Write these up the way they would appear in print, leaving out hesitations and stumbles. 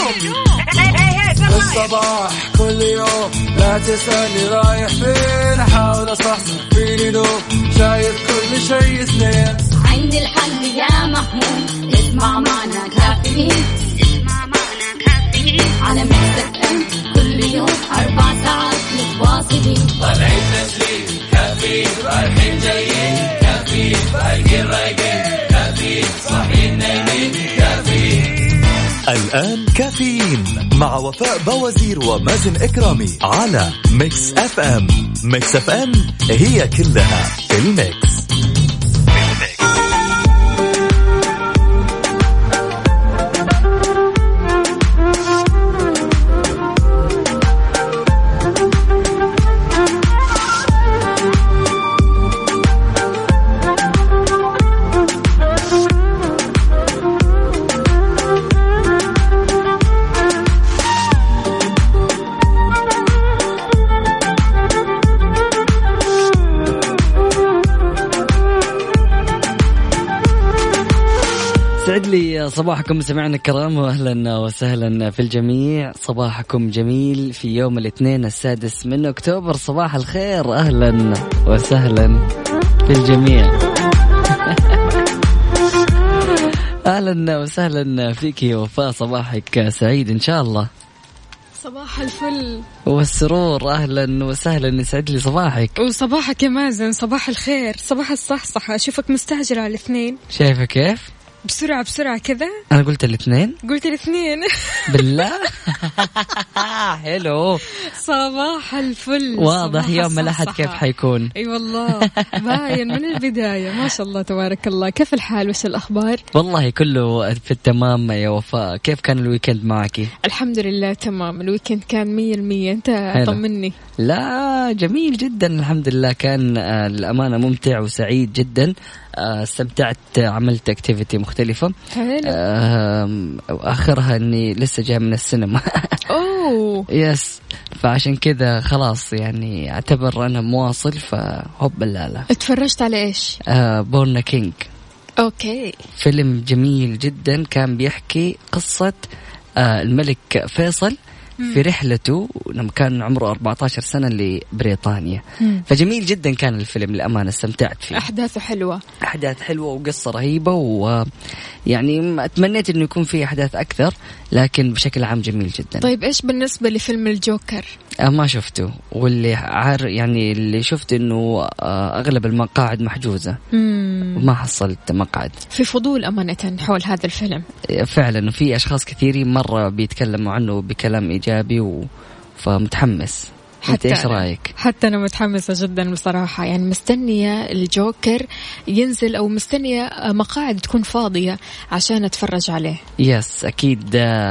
الصباح كل يوم لا تسألني رايح فين، أحاول أصحصح فيني دوم، شايف كل شيء سنين. عندي الحل يا محمود، اسمع معنا كافيين، على ميكس اف ام كل يوم 4 ساعات متواصلين. طالعين تسليم كافيين، رايحين جايين كافيين، فايقين رايقين كافيين، صاحيين نايمين كافيين. الآن كافيين مع وفاء بوازير ومازن إكرامي على ميكس اف ام. ميكس اف ام هي كلها في الميكس. سعد لي صباحكم سمعنا الكرام، واهلا وسهلا في الجميع. صباحكم جميل في يوم الاثنين 6 من أكتوبر. صباح الخير، اهلا وسهلا في الجميع. اهلا وسهلا فيك يا وفاء، صباحك سعيد ان شاء الله. صباح الفل والسرور، اهلا وسهلا، يسعد لي صباحك. وصباحك يا مازن، صباح الخير، صباح الصحصحة. اشوفك مستعجل على الاثنين. شايفه كيف بسرعة بسرعة كذا؟ أنا قلت الاثنين. قلت الاثنين بالله. حلو، صباح الفل. واضح يوم الأحد كيف حيكون. أي والله باين من البداية. ما شاء الله تبارك الله. كيف الحال وش الأخبار؟ والله كله في التمام يا وفاء. كيف كان الويكند معك؟ الحمد لله تمام، الويكند كان 100%. أنت طمني. لا جميل جدا الحمد لله، كان الأمانة ممتع وسعيد جدا. استمتعت، عملت اكتيفيتي مختلفة. آخرها اني لسه جاي من السينما. اوه يس، فعشان كذا خلاص يعني اعتبر انا مواصل. فهوب اللالة. اتفرجت على ايش؟ بورن كينج. اوكي، فيلم جميل جدا، كان بيحكي قصة الملك فيصل في رحلته لما كان عمره 14 سنة لبريطانيا. فجميل جدا كان الفيلم، للأمانة استمتعت فيه. أحداثه حلوة، أحداث حلوة وقصة رهيبة، ويعني أتمنيت إنه يكون فيه أحداث أكثر، لكن بشكل عام جميل جدا. طيب إيش بالنسبة لفيلم الجوكر؟ ما شفته، واللي يعني اللي شفت إنه أغلب المقاعد محجوزة وما حصلت مقعد. في فضول أمانة حول هذا الفيلم فعلا، وفي أشخاص كثيرين مرة بيتكلموا عنه بكلام إيجابي فمتحمس. حتى إيش رأيك؟ حتى أنا متحمسة جدا بصراحة، يعني مستنية الجوكر ينزل، أو مستنية مقاعد تكون فاضية عشان أتفرج عليه. يس أكيد.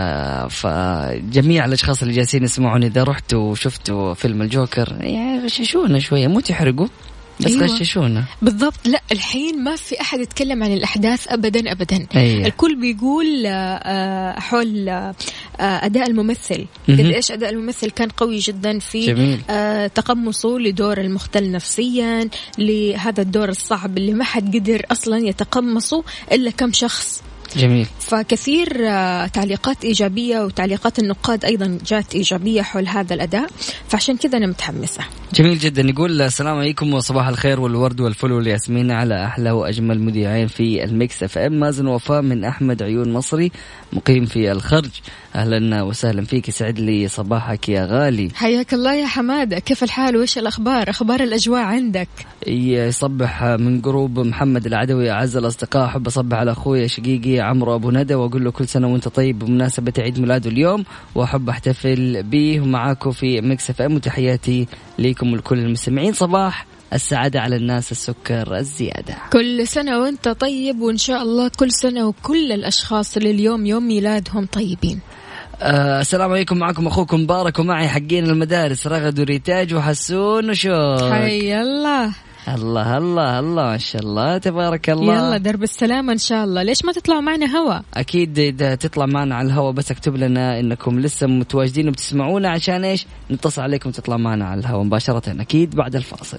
فجميع الأشخاص اللي جالسين يسمعون إذا رحتوا وشفتوا فيلم الجوكر يعني غششونا شوية، مو تحرقوا بس. أيوة. غششونا بالضبط. لا الحين ما في أحد يتكلم عن الأحداث أبدا أبدا. أيوة. الكل بيقول حول أداء الممثل، قد إيش أداء الممثل كان قوي جدا في تقمصه لدور المختل نفسيا، لهذا الدور الصعب اللي ما حد قدر أصلا يتقمصه إلا كم شخص. جميل. فكثير تعليقات إيجابية، وتعليقات النقاد أيضا جات إيجابية حول هذا الأداء، فعشان كذا أنا متحمسة. جميل جدا. يقول السلام عليكم وصباح الخير والورد والفل والياسمين على أحلى وأجمل مذيعين في الميكس اف ام. مازن وفاء من أحمد عيون مصري مقيم في الخرج. أهلا وسهلا فيك، سعد لي صباحك يا غالي. حياك الله يا حمادة، كيف الحال وإيش الأخبار؟ أخبار الأجواء عندك؟ يصبح من جروب محمد العدوي أعز الأصدقاء. أحب أصبح على أخوي شقيقي عمرو أبو ندى وأقول له كل سنة وأنت طيب بمناسبة عيد ميلاده اليوم، وأحب أحتفل به ومعاكم في ميكس اف ام، وتحياتي ليكم ولكل المستمعين. صباح السعادة على الناس، السكر الزيادة. كل سنة وأنت طيب، وإن شاء الله كل سنة وكل الأشخاص اللي اليوم يوم ميلادهم طيبين. السلام عليكم، معكم أخوكم مبارك ومعي حقين المدارس رغد وريتاج وحسون وشوق. حي الله. الله الله الله ما شاء الله تبارك الله. يلا درب السلامة إن شاء الله. ليش ما تطلعوا معنا هوا؟ أكيد إذا تطلع معنا على الهوا بس اكتب لنا إنكم لسه متواجدين وبتسمعونا، عشان إيش نتصل عليكم تطلع معنا على الهوا مباشرة أكيد بعد الفاصل.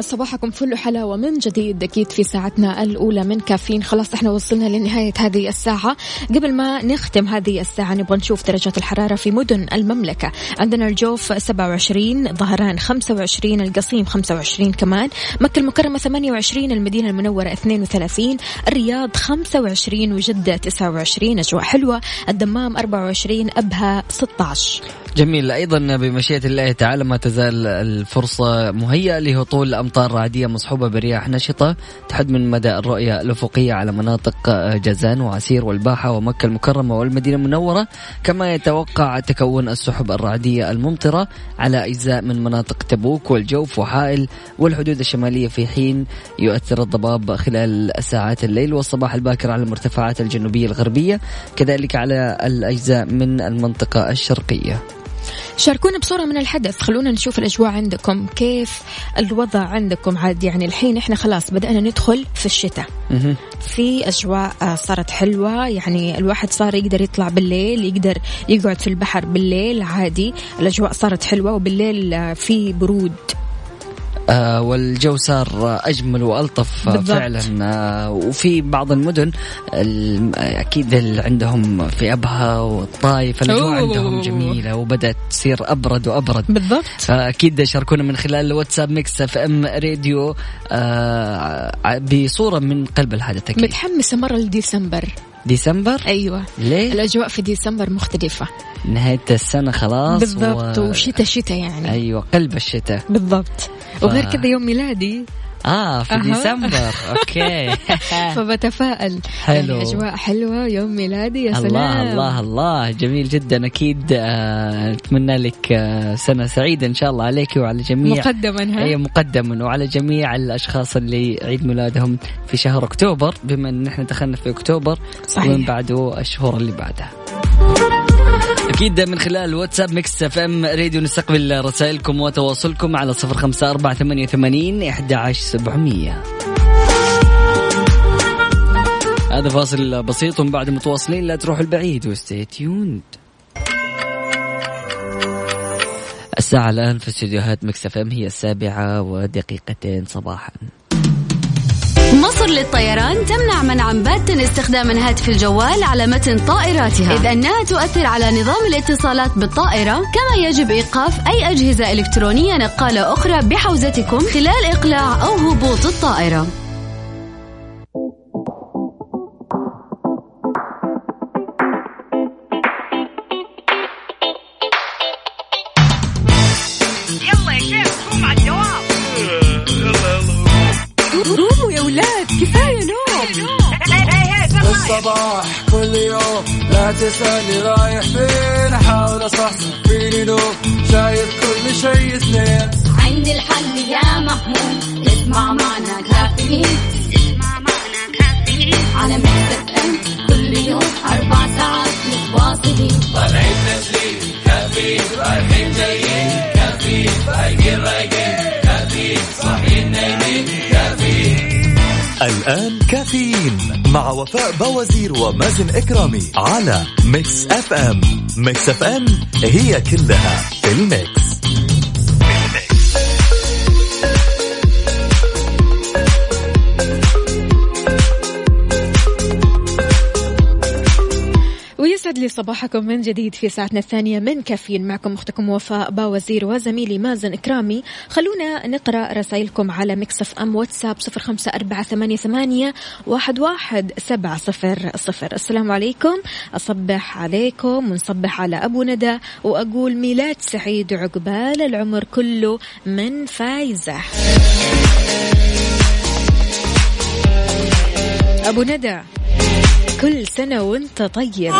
صباحكم فل حلاوة من جديد أكيد في ساعتنا الأولى من كافيين. خلاص احنا وصلنا لنهاية هذه الساعة. قبل ما نختم هذه الساعة نبغى نشوف درجات الحرارة في مدن المملكة. عندنا الجوف 27، ظهران 25، القصيم 25 كمان، مكة المكرمة 28، المدينة المنورة 32، الرياض 25 وجدة 29. أجواء حلوة. الدمام 24، أبها 16. جميل. أيضا بمشيئة الله تعالى ما تزال الفرصة مهيئة لهطول أمطار رعدية مصحوبة برياح نشطة تحد من مدى الرؤية الأفقية على مناطق جازان وعسير والباحة ومكة المكرمة والمدينة المنورة. كما يتوقع تكون السحب الرعدية الممطرة على أجزاء من مناطق تبوك والجوف وحائل والحدود الشمالية، في حين يؤثر الضباب خلال ساعات الليل والصباح الباكر على المرتفعات الجنوبية الغربية، كذلك على الأجزاء من المنطقة الشرقية. شاركونا بصورة من الحدث، خلونا نشوف الأجواء عندكم، كيف الوضع عندكم عاد. يعني الحين إحنا خلاص بدأنا ندخل في الشتاء، في أجواء صارت حلوة، يعني الواحد صار يقدر يطلع بالليل، يقدر يقعد في البحر بالليل عادي، الأجواء صارت حلوة وبالليل في برود. والجو صار أجمل وألطف فعلا. وفي بعض المدن أكيد اللي عندهم في أبها والطايف الأجواء عندهم جميلة وبدأت تصير أبرد وأبرد. بالضبط. فأكيد شاركونا من خلال الواتساب ميكس اف ام راديو بصورة من قلب الحدث. أكيد متحمسة مرة لديسمبر. ديسمبر؟ أيوة. ليه؟ الأجواء في ديسمبر مختلفة. نهاية السنة خلاص. بالضبط. وشتاء يعني. أيوة، قلب الشتاء. بالضبط. وغير كذا يوم ميلادي في ديسمبر. أوكي. فبتفائل. حلو. يعني أجواء حلوة، يوم ميلادي، يا سلام. الله الله الله، جميل جدا. أكيد أتمنى لك سنة سعيدة إن شاء الله عليك وعلى جميع مقدما وعلى جميع الأشخاص اللي عيد ميلادهم في شهر أكتوبر، بما أن احنا دخلنا في أكتوبر. صحيح. ومن بعده الشهور اللي بعدها. أكيد من خلال واتساب ميكس اف ام راديو نستقبل رسائلكم وتواصلكم على 0548811700. هذا فاصل بسيط ومن بعد متواصلين، لا تروحوا البعيد وستي تيوند. الساعة الآن في استديوهات ميكس اف ام هي 7:02 صباحا. مصر للطيران تمنع منعا باتا استخدام هاتف الجوال على متن طائراتها، إذ أنها تؤثر على نظام الاتصالات بالطائرة. كما يجب إيقاف أي أجهزة إلكترونية نقالة أخرى بحوزتكم خلال إقلاع أو هبوط الطائرة. يلا يا شيخ قوم على الجواب. قوموا يا ولاد، كفاية نوم. الصباح كل يوم لا تسألني رايح فين، أحاول أصحصح فيني نوم، شايف كل شيء اثنين. عندي الحل يا محمود، اسمع معنا كافيين، على ميكس اف ام كل يوم 4 ساعات متواصلين. طالعين تسليم كافيين، رايحين جايين كافيين، رايقين كافيين، صاحيين نايمين كافيين. الآن كافيين مع وفاء بوازير ومازن إكرامي على ميكس اف ام. ميكس اف ام هي كلها في الميكس. ويسعد لي صباحكم من جديد في ساعتنا الثانية من كافيين. معكم أختكم وفاء باوزير وزميلي مازن إكرامي. خلونا نقرأ رسائلكم على ميكس اف ام واتساب 0548811700. السلام عليكم، أصبح عليكم ونصبح على أبو ندى وأقول ميلاد سعيد وعقبال العمر كله من فايزة. أبو ندى كل سنة وانت طيب.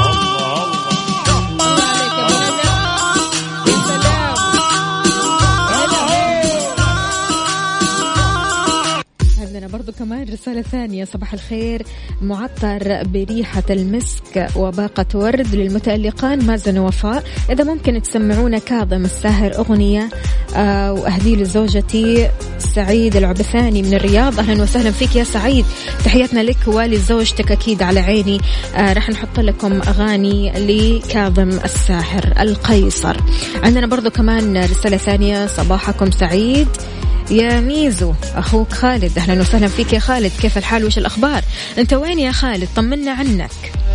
عندنا برضو كمان رسالة ثانية. صباح الخير، معطر بريحة المسك وباقة ورد للمتألقان مازن وفاء، إذا ممكن تسمعونا كاظم الساهر أغنية وأهدي لزوجتي سعيد العبثاني من الرياض. أهلا وسهلا فيك يا سعيد، تحياتنا لك ولزوجتك أكيد على عيني. راح نحط لكم أغاني لكاظم الساهر القيصر. عندنا برضو كمان رسالة ثانية. صباحكم سعيد، يا ميزو أخوك خالد، أهلا وسهلا فيك يا خالد، كيف الحال وش الأخبار؟ أنت وين يا خالد؟ طمنا عنك.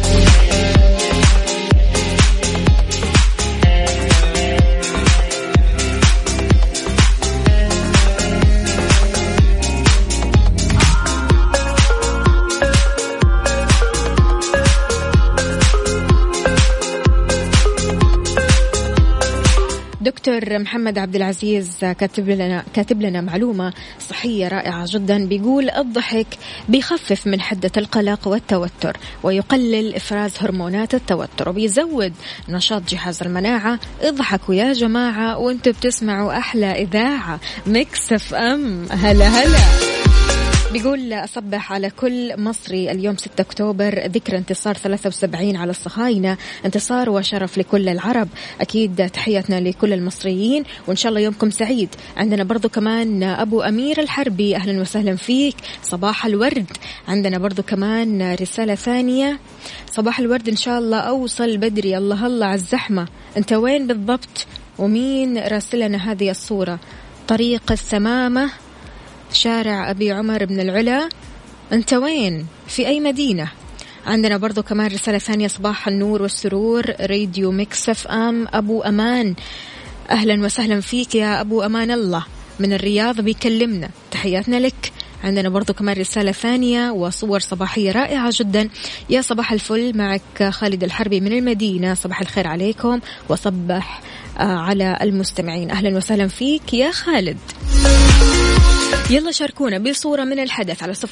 دكتور محمد عبد العزيز كاتب لنا معلومة صحية رائعة جدا، بيقول الضحك بيخفف من حدة القلق والتوتر ويقلل إفراز هرمونات التوتر وبيزود نشاط جهاز المناعة. اضحكوا يا جماعة وانتوا بتسمعوا أحلى إذاعة ميكس اف ام. هلا هلا. بيقول أصبح على كل مصري اليوم 6 أكتوبر ذكرى انتصار 73 على الصهاينة، انتصار وشرف لكل العرب. أكيد تحياتنا لكل المصريين وإن شاء الله يومكم سعيد. عندنا برضو كمان أبو أمير الحربي، أهلا وسهلا فيك، صباح الورد. عندنا برضو كمان رسالة ثانية، صباح الورد إن شاء الله أوصل بدري، الله الله على الزحمة. أنت وين بالضبط ومين راسلنا هذه الصورة؟ طريق الثمامة، شارع أبي عمر بن العلا، أنت وين؟ في أي مدينة؟ عندنا برضو كمان رسالة ثانية، صباح النور والسرور، راديو ميكس اف ام. أبو أمان، أهلا وسهلا فيك يا أبو أمان الله من الرياض بيكلمنا، تحياتنا لك. عندنا برضو كمان رسالة ثانية وصور صباحية رائعة جدا. يا صباح الفل، معك خالد الحربي من المدينة، صباح الخير عليكم وصبح على المستمعين. أهلا وسهلا فيك يا خالد. يلا شاركونا بصورة من الحدث على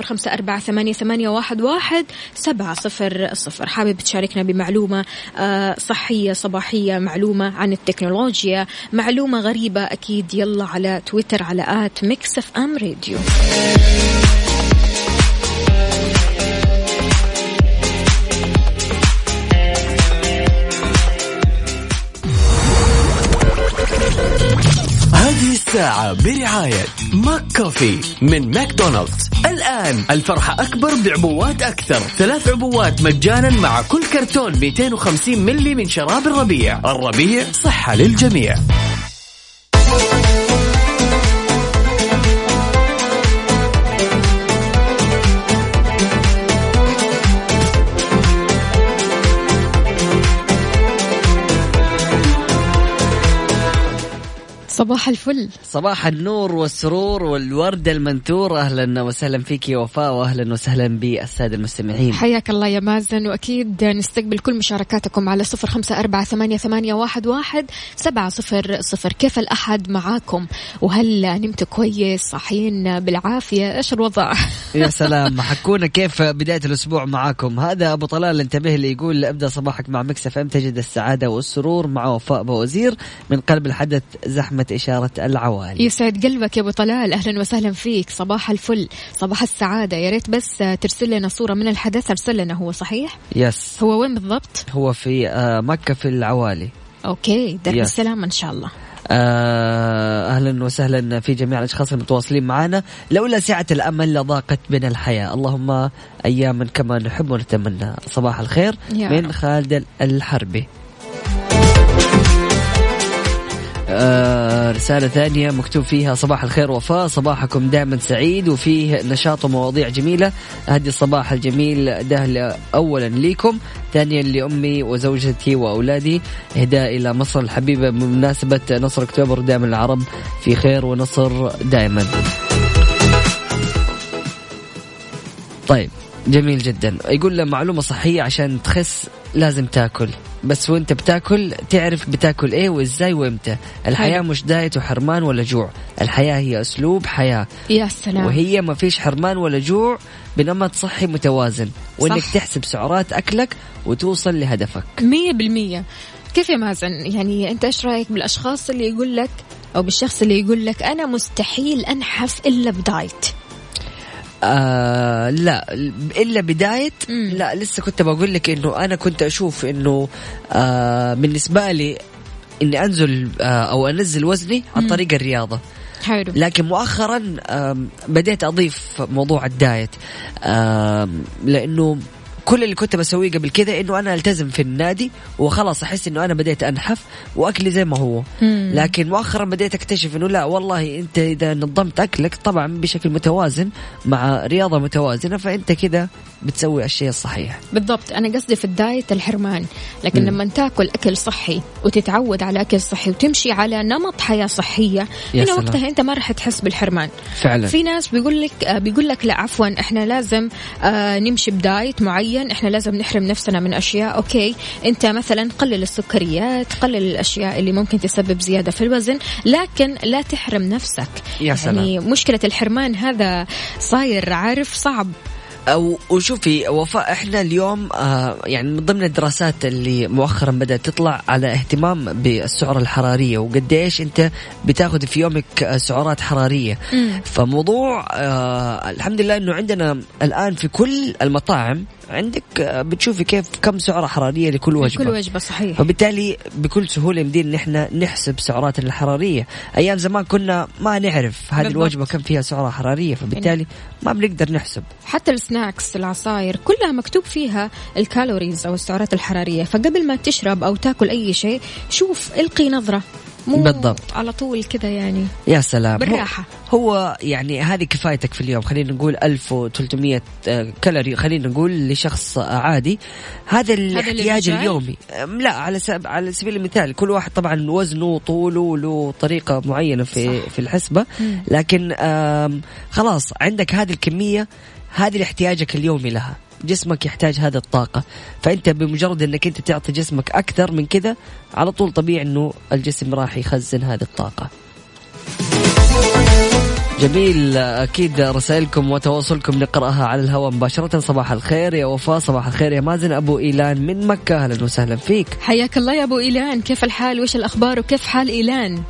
0548811700. حابب تشاركنا بمعلومة صحية صباحية، معلومة عن التكنولوجيا، معلومة غريبة، أكيد يلا على تويتر على @mixfmradio. هذه الساعة برعاية ماك كوفي من ماكدونالدز. الآن الفرحة أكبر بعبوات أكثر، 3 عبوات مجانا مع كل كرتون 250 ملي من شراب الربيع. الربيع صحة للجميع. صباح الفل، صباح النور والسرور والورد المنثور. أهلا وسهلا فيك يا وفاء، وأهلا وسهلا بالسادة المستمعين. حياك الله يا مازن، وأكيد نستقبل كل مشاركاتكم على 0548811700. كيف الأحد معاكم؟ وهل نمتوا كويس؟ صاحيين بالعافية؟ إيش الوضع؟ يا سلام، حكونا كيف بداية الأسبوع معاكم. هذا أبو طلال انتبه اللي يقول أبدأ صباحك مع ميكس اف ام تجد السعادة والسرور مع وفاء بوزير من قلب الحدث زحمة إشارة العوالي. يسعد قلبك يا أبو طلال، أهلا وسهلا فيك، صباح الفل، صباح السعادة. يا ريت بس ترسل لنا صورة من الحدث. أرسل لنا، هو صحيح؟ يس. هو وين بالضبط؟ هو في مكة في العوالي. أوكي، درب السلام إن شاء الله. أهلا وسهلا في جميع الأشخاص المتواصلين معنا. لولا سعة الأمل لضاقت بنا الحياة، اللهم أياما كما نحب ونتمنى. صباح الخير من خالد الحربي. رسالة ثانية مكتوب فيها صباح الخير وفاء، صباحكم دائما سعيد وفيه نشاط ومواضيع جميلة. هذه الصباح الجميل ده أولا ليكم، ثانيا لأمي وزوجتي وأولادي، إهداء إلى مصر الحبيبة بمناسبة نصر أكتوبر، دائما العرب في خير ونصر دائما. طيب جميل جدا. يقول له معلومة صحية، عشان تخس لازم تاكل، بس وانت بتاكل تعرف بتاكل ايه وازاي وامتى. الحياة مش دايت وحرمان ولا جوع، الحياة هي اسلوب حياة. يا سلام. وهي ما فيش حرمان ولا جوع بنمط صحي متوازن، وانك تحسب سعرات اكلك وتوصل لهدفك 100%. كيف يا مازن؟ يعني انت ايش رايك بالاشخاص اللي يقول لك او بالشخص اللي يقول لك انا مستحيل انحف الا بدايت؟ لا إلا بداية. لا لسه كنت بقول لك إنه أنا كنت أشوف إنه بالنسبة لي إني أنزل أو أنزل وزني عن طريق الرياضة. حلو. لكن مؤخرا بديت أضيف موضوع الدايت، لأنه كل اللي كنت بسويه قبل كده إنه أنا ألتزم في النادي وخلاص أحس إنه أنا بديت أنحف وأكلي زي ما هو. لكن مؤخرا بديت أكتشف إنه لا والله أنت إذا نظمت أكلك طبعا بشكل متوازن مع رياضة متوازنة فأنت كذا بتسوي الشيء الصحيح. بالضبط. أنا قصدي في الدايت الحرمان، لكن لما تاكل أكل صحي وتتعود على أكل صحي وتمشي على نمط حياة صحية هنا وقتها أنت ما رح تحس بالحرمان فعلا. في ناس بيقول لك لا عفوا إحنا لازم نمشي بدايت معين، إحنا لازم نحرم نفسنا من أشياء. أوكي أنت مثلا قلل السكريات، قلل الأشياء اللي ممكن تسبب زيادة في الوزن، لكن لا تحرم نفسك. يعني مشكلة الحرمان هذا صاير عارف صعب. وشوفي وفاء احنا اليوم يعني من ضمن الدراسات اللي مؤخرا بدأت تطلع على اهتمام بالسعرة الحرارية وقديش انت بتاخذ في يومك سعرات حرارية. فموضوع الحمد لله انه عندنا الآن في كل المطاعم عندك بتشوفي كيف كم سعرة حرارية لكل وجبة. كل وجبة صحيح. وبالتالي بكل سهولة يمدينا نحن نحسب سعراتنا الحرارية. أيام زمان كنا ما نعرف هذه الوجبة كم فيها سعرة حرارية فبالتالي ما بنقدر نحسب. حتى السناكس العصاير كلها مكتوب فيها الكالوريز أو السعرات الحرارية، فقبل ما تشرب أو تاكل أي شيء شوف القي نظرة بالضبط على طول كذا يعني. يا سلام بالراحة. هو يعني هذه كفايتك في اليوم. خلينا نقول 1300 كالوري خلينا نقول لشخص عادي. هذا الاحتياج اليومي. لا على سبيل المثال كل واحد طبعا وزنه وطوله له طريقة معينة في الحسبة. لكن خلاص عندك هذه الكمية، هذه احتياجك اليومي لها. جسمك يحتاج هذه الطاقة، فأنت بمجرد أنك أنت تعطي جسمك أكثر من كذا على طول طبيعي أنه الجسم راح يخزن هذه الطاقة. جميل. أكيد رسائلكم وتواصلكم نقرأها على الهواء مباشرة. صباح الخير يا وفاء، صباح الخير يا مازن. أبو إيلان من مكة، أهلا وسهلا فيك. حياك الله يا أبو إيلان، كيف الحال وإيش الأخبار وكيف حال إيلان؟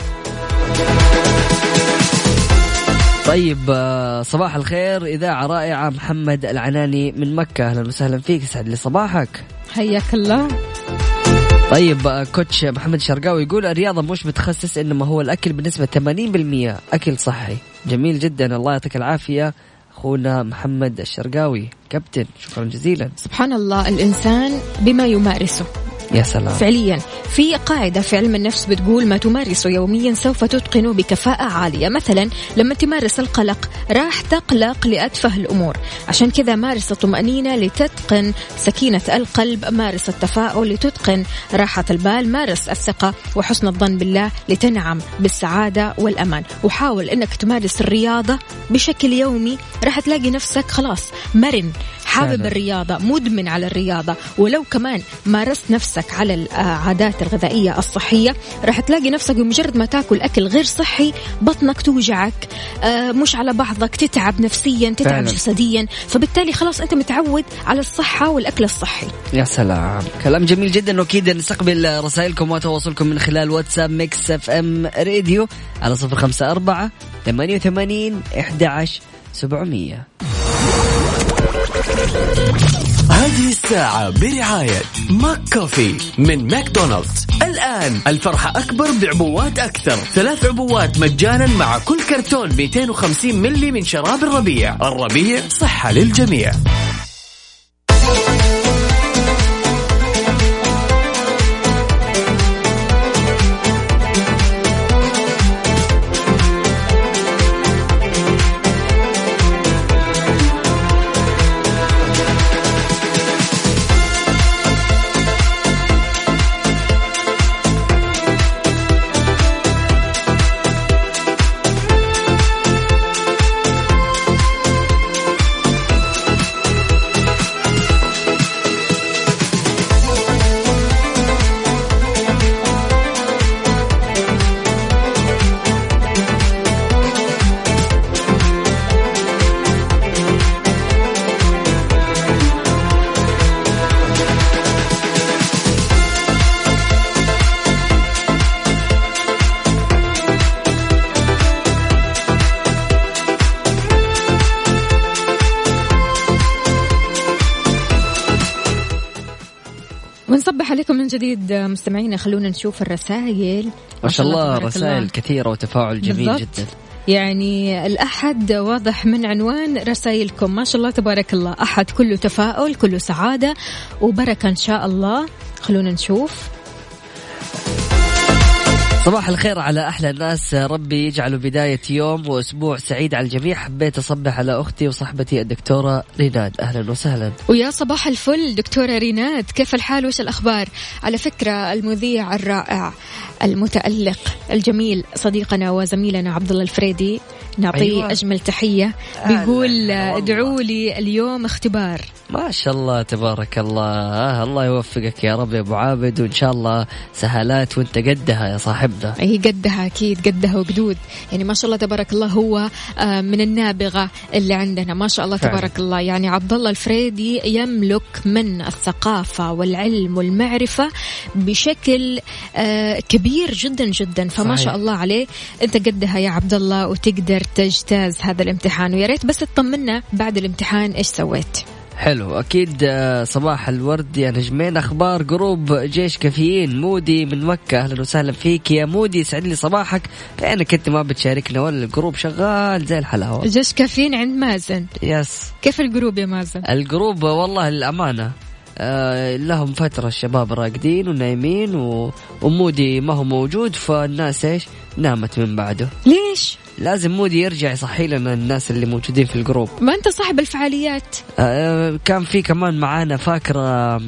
طيب صباح الخير، إذاعة رائعة. محمد العناني من مكة، أهلا وسهلا فيك، يسعد لي صباحك. حياك الله. طيب كوتش محمد شرقاوي يقول الرياضة مش بتخسس إنما هو الأكل بنسبة 80% أكل صحي. جميل جدا، الله يعطيك العافية أخونا محمد الشرقاوي كابتن، شكرا جزيلا. سبحان الله، الإنسان بما يمارسه. يا سلام. فعليا في قاعدة في علم النفس بتقول ما تمارسه يوميا سوف تتقنه بكفاءة عالية. مثلا لما تمارس القلق راح تقلق لأتفه الأمور، عشان كذا مارس الطمأنينة لتتقن سكينة القلب، مارس التفاؤل لتتقن راحة البال، مارس الثقة وحسن الظن بالله لتنعم بالسعادة والأمان. وحاول أنك تمارس الرياضة بشكل يومي، راح تلاقي نفسك خلاص مرن، حابب الرياضة، مدمن على الرياضة. ولو كمان مارست نفسك على العادات الغذائية الصحية راح تلاقي نفسك بمجرد ما تاكل أكل غير صحي بطنك توجعك، مش على بعضك، تتعب نفسيا، تتعب جسديا، فبالتالي خلاص أنت متعود على الصحة والأكل الصحي. يا سلام، كلام جميل جدا. وأكيد نستقبل رسائلكم وتواصلكم من خلال واتساب ميكس اف ام راديو على 054 88 11 700. هذه الساعة برعاية ماك كوفي من ماكدونالدز. الآن الفرحة أكبر بعبوات أكثر، 3 عبوات مجانا مع كل كرتون 250 ملي من شراب الربيع. الربيع صحة للجميع. ونصبح عليكم من جديد مستمعينا. خلونا نشوف الرسائل. ما شاء الله رسائل كثيرة وتفاعل جميل بالضبط. جدا. يعني الأحد واضح من عنوان رسائلكم، ما شاء الله تبارك الله، أحد كله تفاؤل، كله سعادة وبركة إن شاء الله. خلونا نشوف. صباح الخير على أحلى الناس، ربي يجعله بداية يوم وأسبوع سعيد على الجميع. حبيت أصبح على أختي وصحبتي الدكتورة ريناد، أهلا وسهلا. ويا صباح الفل دكتورة ريناد، كيف الحال وش الأخبار؟ على فكرة المذيع الرائع المتألق الجميل صديقنا وزميلنا عبد الله الفريدي نعطيه أيوة. أجمل تحية، بيقول ادعوا لي اليوم اختبار. ما شاء الله تبارك الله، الله يوفقك يا رب يا أبو عابد، وإن شاء الله سهالات وانت قدها يا صاحبنا. هي قدها أكيد، قدها وقدود، يعني ما شاء الله تبارك الله، هو من النابغة اللي عندنا ما شاء الله تبارك الله. يعني عبد الله الفريدي يملك من الثقافة والعلم والمعرفة بشكل كبير جدا جدا، فما شاء الله عليه. انت قدها يا عبد الله وتقدر تجتاز هذا الامتحان، ويا ريت بس تطمنا بعد الامتحان ايش سويت. حلو أكيد. صباح الورد يا نجمين. أخبار جروب جيش كافيين؟ مودي من مكة، أهلا وسهلا فيك يا مودي، يسعد لي صباحك. لأنك أنت ما بتشاركنا ولا الجروب شغال زي الحلاوة. جيش كافيين عند مازن. يس. كيف الجروب يا مازن؟ الجروب والله الأمانة لهم فترة الشباب راقدين ونايمين ومودي ما هو موجود، فالناس إيش نامت من بعده. ليش؟ لازم مودي يرجع يصحي لنا الناس اللي موجودين في الجروب. ما أنت صاحب الفعاليات. كان في كمان معانا فاكرة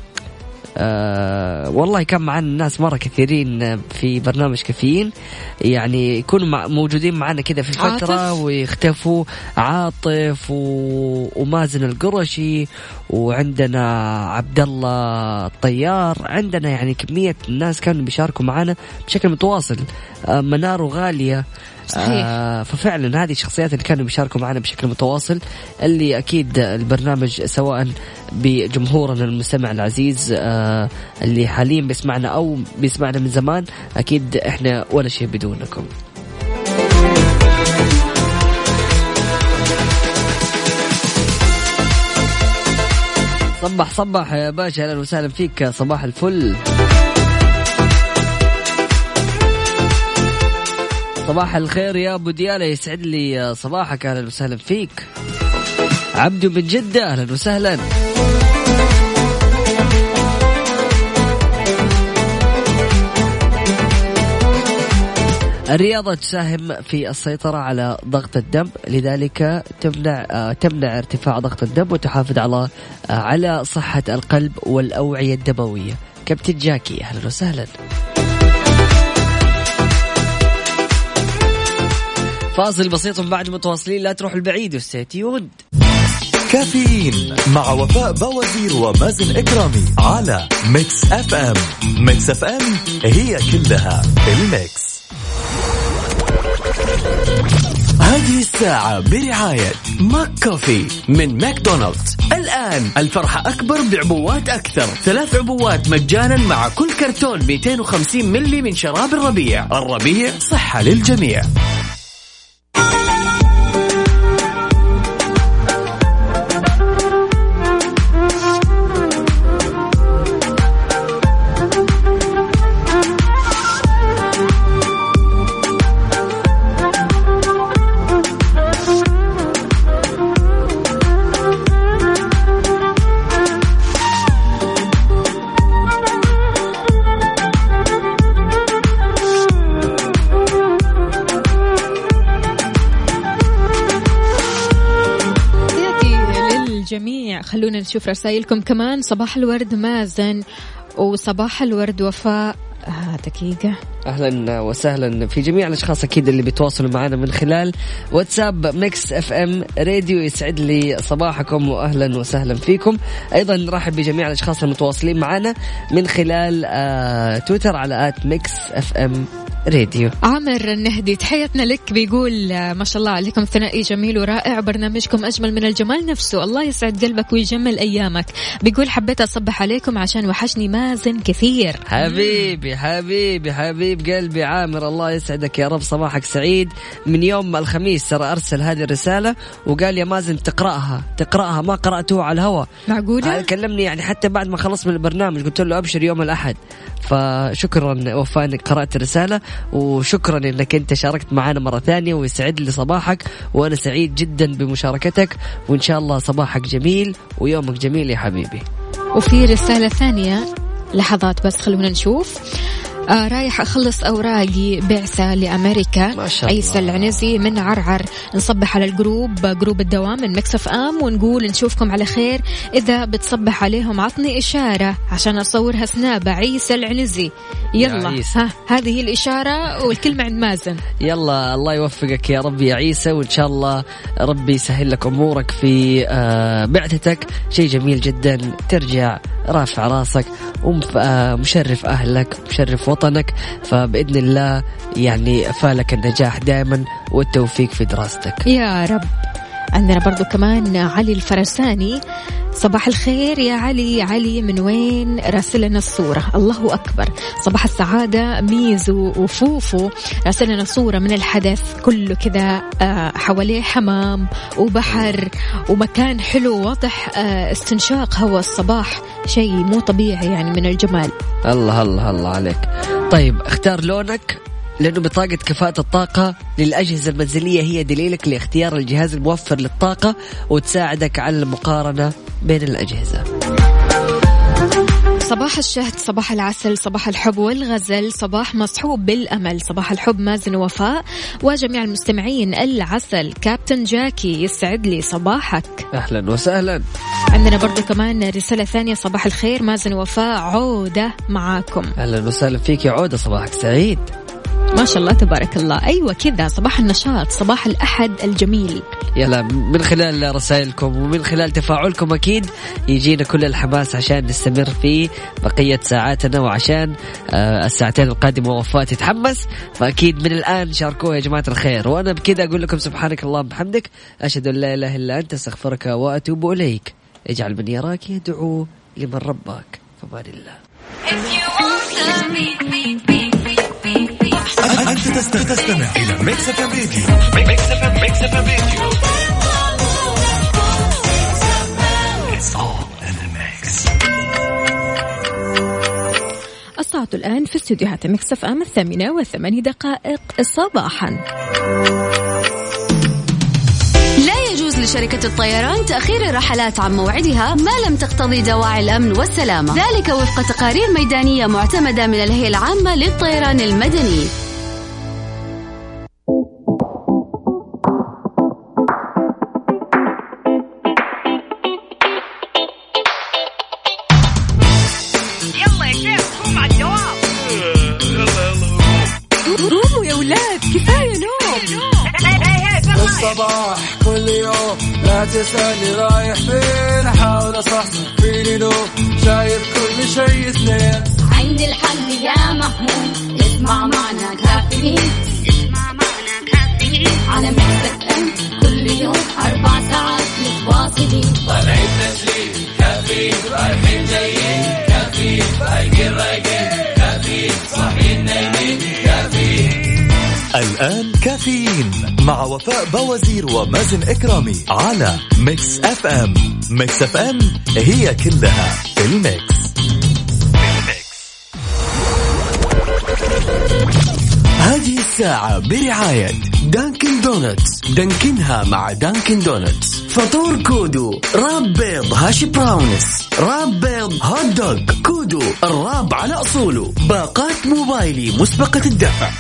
والله كان معنا الناس مرة كثيرين في برنامج كافيين، يعني يكونوا موجودين معنا كذا في فترة ويختفوا. عاطف ومازن القرشي، وعندنا عبد الله الطيار، عندنا يعني كمية الناس كانوا بيشاركوا معنا بشكل متواصل. منار وغالية. ففعلا هذه الشخصيات اللي كانوا بيشاركوا معنا بشكل متواصل، اللي أكيد البرنامج سواء بجمهورنا المستمع العزيز اللي حاليا بيسمعنا أو بيسمعنا من زمان، أكيد إحنا ولا شيء بدونكم. صبح يا باشا، أهلا وسهلا فيك، صباح الفل. صباح الخير يا أبو ديالة، يسعد لي صباحك، أهلا وسهلا فيك. عبدو من جدة، أهلا وسهلا. الرياضة تساهم في السيطرة على ضغط الدم، لذلك تمنع ارتفاع ضغط الدم وتحافظ على صحة القلب والأوعية الدموية. كابتن جاكي، أهلا وسهلا. فاصل بسيط بعد متواصلين، لا تروح البعيد وستيتيون. كافيين مع وفاء بوازير ومازن إكرامي على ميكس اف ام. ميكس اف ام هي كلها الميكس. هذه الساعة برعاية ماك كوفي من ماكدونالدز. الآن الفرحة أكبر بعبوات أكثر، 3 عبوات مجانا مع كل كرتون 250 ملي من شراب الربيع. الربيع صحة للجميع. خلونا نشوف رسائلكم كمان. صباح الورد مازن، وصباح الورد وفاء. دقيقة. أهلا وسهلا في جميع الأشخاص أكيد اللي بيتواصلوا معنا من خلال واتساب ميكس اف ام راديو. يسعد لي صباحكم وأهلا وسهلا فيكم. أيضا نرحب بجميع الأشخاص المتواصلين معنا من خلال تويتر على @ميكس اف ام راديو. عامر النهدي تحياتنا لك، بيقول ما شاء الله عليكم ثنائي جميل ورائع، برنامجكم أجمل من الجمال نفسه، الله يسعد قلبك ويجمل أيامك. بيقول حبيت أصبح عليكم عشان وحشني مازن كثير. حبيبي حبيبي حبيبي حبيب قلبي عامر، الله يسعدك يا رب، صباحك سعيد. من يوم الخميس ترى أرسل هذه الرسالة وقال يا مازن تقرأها ما قرأته على الهواء. معقولة؟ كلمني يعني حتى بعد ما خلص من البرنامج قلت له أبشر يوم الأحد. فشكرا وفاء انك قرأت الرسالة، وشكرا انك انت شاركت معنا مرة ثانية، ويسعد لي صباحك وأنا سعيد جدا بمشاركتك، وإن شاء الله صباحك جميل ويومك جميل يا حبيبي. وفي رسالة ثانية، لحظات بس خلونا نشوف. رايح أخلص أوراقي بعثة لأمريكا. عيسى العنزي من عرعر، نصبح على جروب الدوام من مكس اف ام ونقول نشوفكم على خير. إذا بتصبح عليهم عطني إشارة عشان أصورها سنابة. عيسى العنزي، يلا هذه هي الإشارة والكلمة عند مازن. يلا الله يوفقك يا رب يا عيسى، وإن شاء الله ربي يسهل لك أمورك في بعثتك. شيء جميل جدا، ترجع رافع راسك ومشرف أهلك مشرف وطنك، فبإذن الله يعني فالك النجاح دائما والتوفيق في دراستك يا رب. عندنا برضو كمان علي الفرساني، صباح الخير يا علي من وين راسلنا الصورة؟ الله أكبر، صباح السعادة. ميزو وفوفو راسلنا صورة من الحدث كله كذا، حواليه حمام وبحر ومكان حلو، واضح استنشاق هواء الصباح، شيء مو طبيعي يعني من الجمال. الله الله الله عليك. طيب اختار لونك، لأنه بطاقة كفاءة الطاقة للأجهزة المنزلية هي دليلك لاختيار الجهاز الموفر للطاقة وتساعدك على المقارنة بين الأجهزة. صباح الشهد، صباح العسل، صباح الحب والغزل، صباح مصحوب بالأمل. صباح الحب مازن وفاء وجميع المستمعين العسل. كابتن جاكي، يسعد لي صباحك. أهلا وسهلا. عندنا برضو كمان رسالة ثانية، صباح الخير مازن وفاء، عودة معاكم. أهلا وسهلا فيك يا عودة، صباحك سعيد. ما شاء الله تبارك الله. أيوة كذا، صباح النشاط، صباح الأحد الجميل. يلا من خلال رسائلكم ومن خلال تفاعلكم أكيد يجينا كل الحماس عشان نستمر في بقية ساعاتنا، وعشان الساعتين القادمة وفاء تتحمس. فأكيد من الآن شاركوها يا جماعة الخير. وأنا بكذا أقول لكم سبحانك اللهم وبحمدك، أشهد أن لا إله إلا أنت، أستغفرك وأتوب إليك. اجعل من يراك يدعو لمن رباك. فمان الله. أنت تستمع إلى ميكس اف ام راديو. It's all in the mix. الساعة الآن في استديوهات ميكس اف ام 8:08 صباحا. لا يجوز لشركة الطيران تأخير الرحلات عن موعدها ما لم تقتضي دواعي الأمن والسلامة، ذلك وفق تقارير ميدانية معتمدة من الهيئة العامة للطيران المدني. يلا يا شيخ قوم على الدوام. قوموا يا ولاد، كفاية نوم. الصباح كل يوم لا تسألني رايح فين، أحاول أصحصح فيني لو شايف كل شيء سنين. عندي الحل يا محمود، اسمع معنا كافيين، على ميكس اف ام كل يوم 4 ساعات متواصلين. طالعين تسليم كافيين، رايحين جايين كافيين، رايقين كافيين، صاحيين نايمين كافيين. الآن كافيين مع وفاء بوازير ومازن إكرامي على ميكس اف ام. ميكس اف ام هي كلها في الميكس. هذه الساعة برعاية دانكن دونتس. دانكنها مع دانكن دونتس. فطور كودو، راب بيض هاشي براونس، راب بيض هوت دوغ. كودو، الراب على أصوله. باقات موبايلي مسبقة الدفع.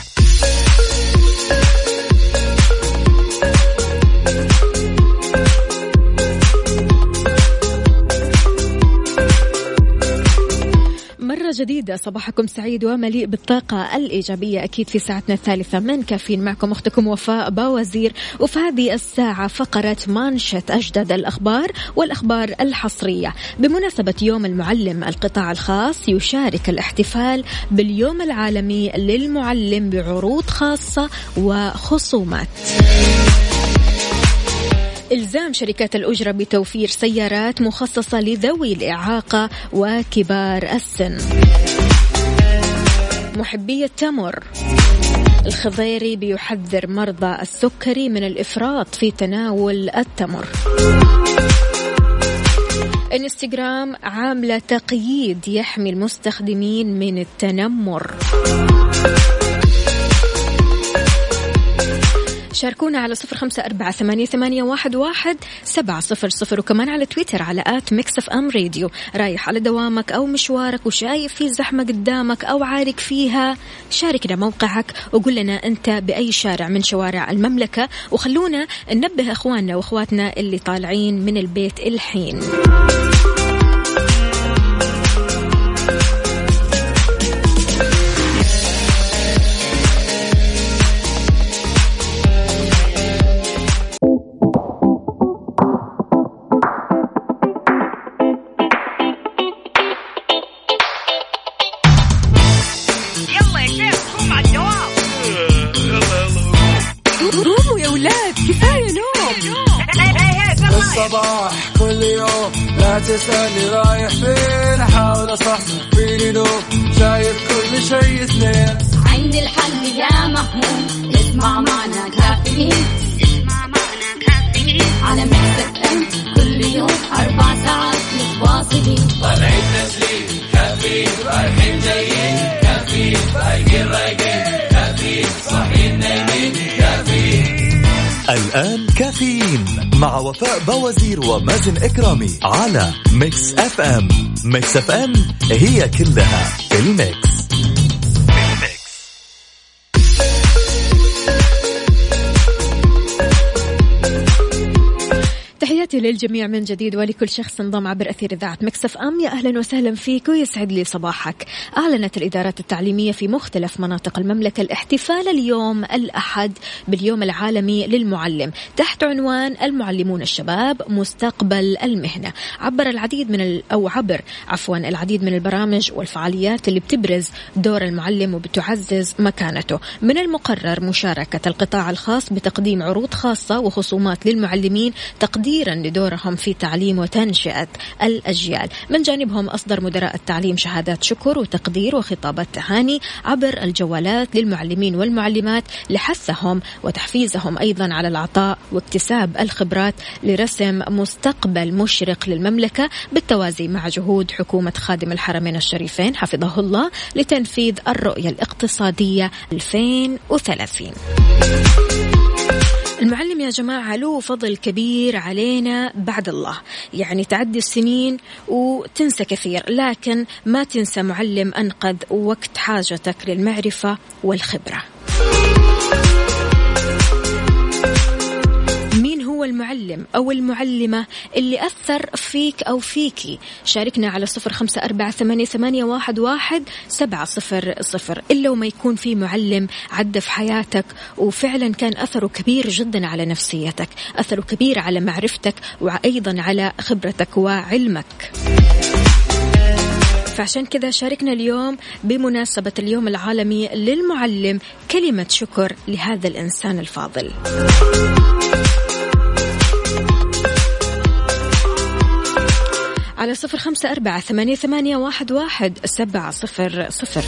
جديدة، صباحكم سعيد ومليء بالطاقة الإيجابية أكيد في ساعتنا الثالثة من كافيين. معكم أختكم وفاء باوزير، وفي هذه الساعة فقرة مانشت أجدد الأخبار والأخبار الحصرية. بمناسبة يوم المعلم، القطاع الخاص يشارك الاحتفال باليوم العالمي للمعلم بعروض خاصة وخصومات. إلزام شركات الأجرة بتوفير سيارات مخصصة لذوي الإعاقة وكبار السن. محبي التمر. الخضيري بيحذر مرضى السكري من الإفراط في تناول التمر. انستغرام عاملة تقييد يحمي المستخدمين من التنمر. شاركونا على 0548811700 وكمان على تويتر على @mixfmradio. رايح على دوامك أو مشوارك وشايف في زحمة قدامك أو عارك فيها، شاركنا موقعك وقول لنا أنت بأي شارع من شوارع المملكة، وخلونا ننبه أخواننا وأخواتنا اللي طالعين من البيت الحين. الصباح كل يوم لا تسألني رايح فين، أحاول أصحصح فيني نوم، شايف كل شيء اثنين. عندي الحل يا محمود، اسمع معنا كافيين، اسمع معنا كافيين على ميكس اف ام كل يوم 4 ساعات متواصلين. طالعين تسليم كافيين، رايحين جايين كافيين، رايقين رايقين كافيين، صاحيين نايمين كافيين. الآن كافيين مع وفاء بوازير ومازن إكرامي على ميكس اف ام. ميكس اف ام هي كلها في الميكس. تحياتي للجميع من جديد ولكل شخص انضم عبر أثير إذاعة ميكس اف ام. يا أهلا وسهلا فيك ويسعد لي صباحك. أعلنت الإدارات التعليمية في مختلف مناطق المملكة الاحتفال اليوم الأحد باليوم العالمي للمعلم تحت عنوان المعلمون الشباب مستقبل المهنة. عبر العديد من البرامج والفعاليات اللي بتبرز دور المعلم وبتعزز مكانته. من المقرر مشاركة القطاع الخاص بتقديم عروض خاصة وخصومات للمعلمين تقديرا لدورهم في تعليم وتنشئة الأجيال. من جانبهم أصدر مدراء التعليم شهادات شكر وتقدير وخطابات تهاني عبر الجوالات للمعلمين والمعلمات لحثهم وتحفيزهم أيضا على العطاء واكتساب الخبرات لرسم مستقبل مشرق للمملكة بالتوازي مع جهود حكومة خادم الحرمين الشريفين حفظه الله لتنفيذ الرؤية الاقتصادية 2030. المعلم يا جماعة له فضل كبير علينا بعد الله، يعني تعدي السنين وتنسى كثير، لكن ما تنسى معلم أنقذ وقت حاجتك للمعرفة والخبرة. هو المعلم أو المعلمة اللي أثر فيك أو فيكي؟ شاركنا على 0548811700. إلا وما يكون في معلم عدى في حياتك وفعلا كان أثره كبير جدا على نفسيتك، أثره كبير على معرفتك وأيضا على خبرتك وعلمك. فعشان كذا شاركنا اليوم بمناسبة اليوم العالمي للمعلم كلمة شكر لهذا الإنسان الفاضل. على 0548811700.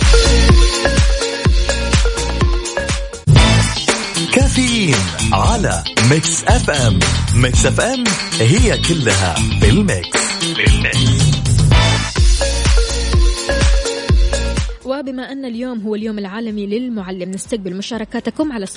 كافيين على ميكس اف ام. ميكس اف ام هي كلها في الميكس. وبما أن اليوم هو اليوم العالمي للمعلم نستقبل مشاركاتكم على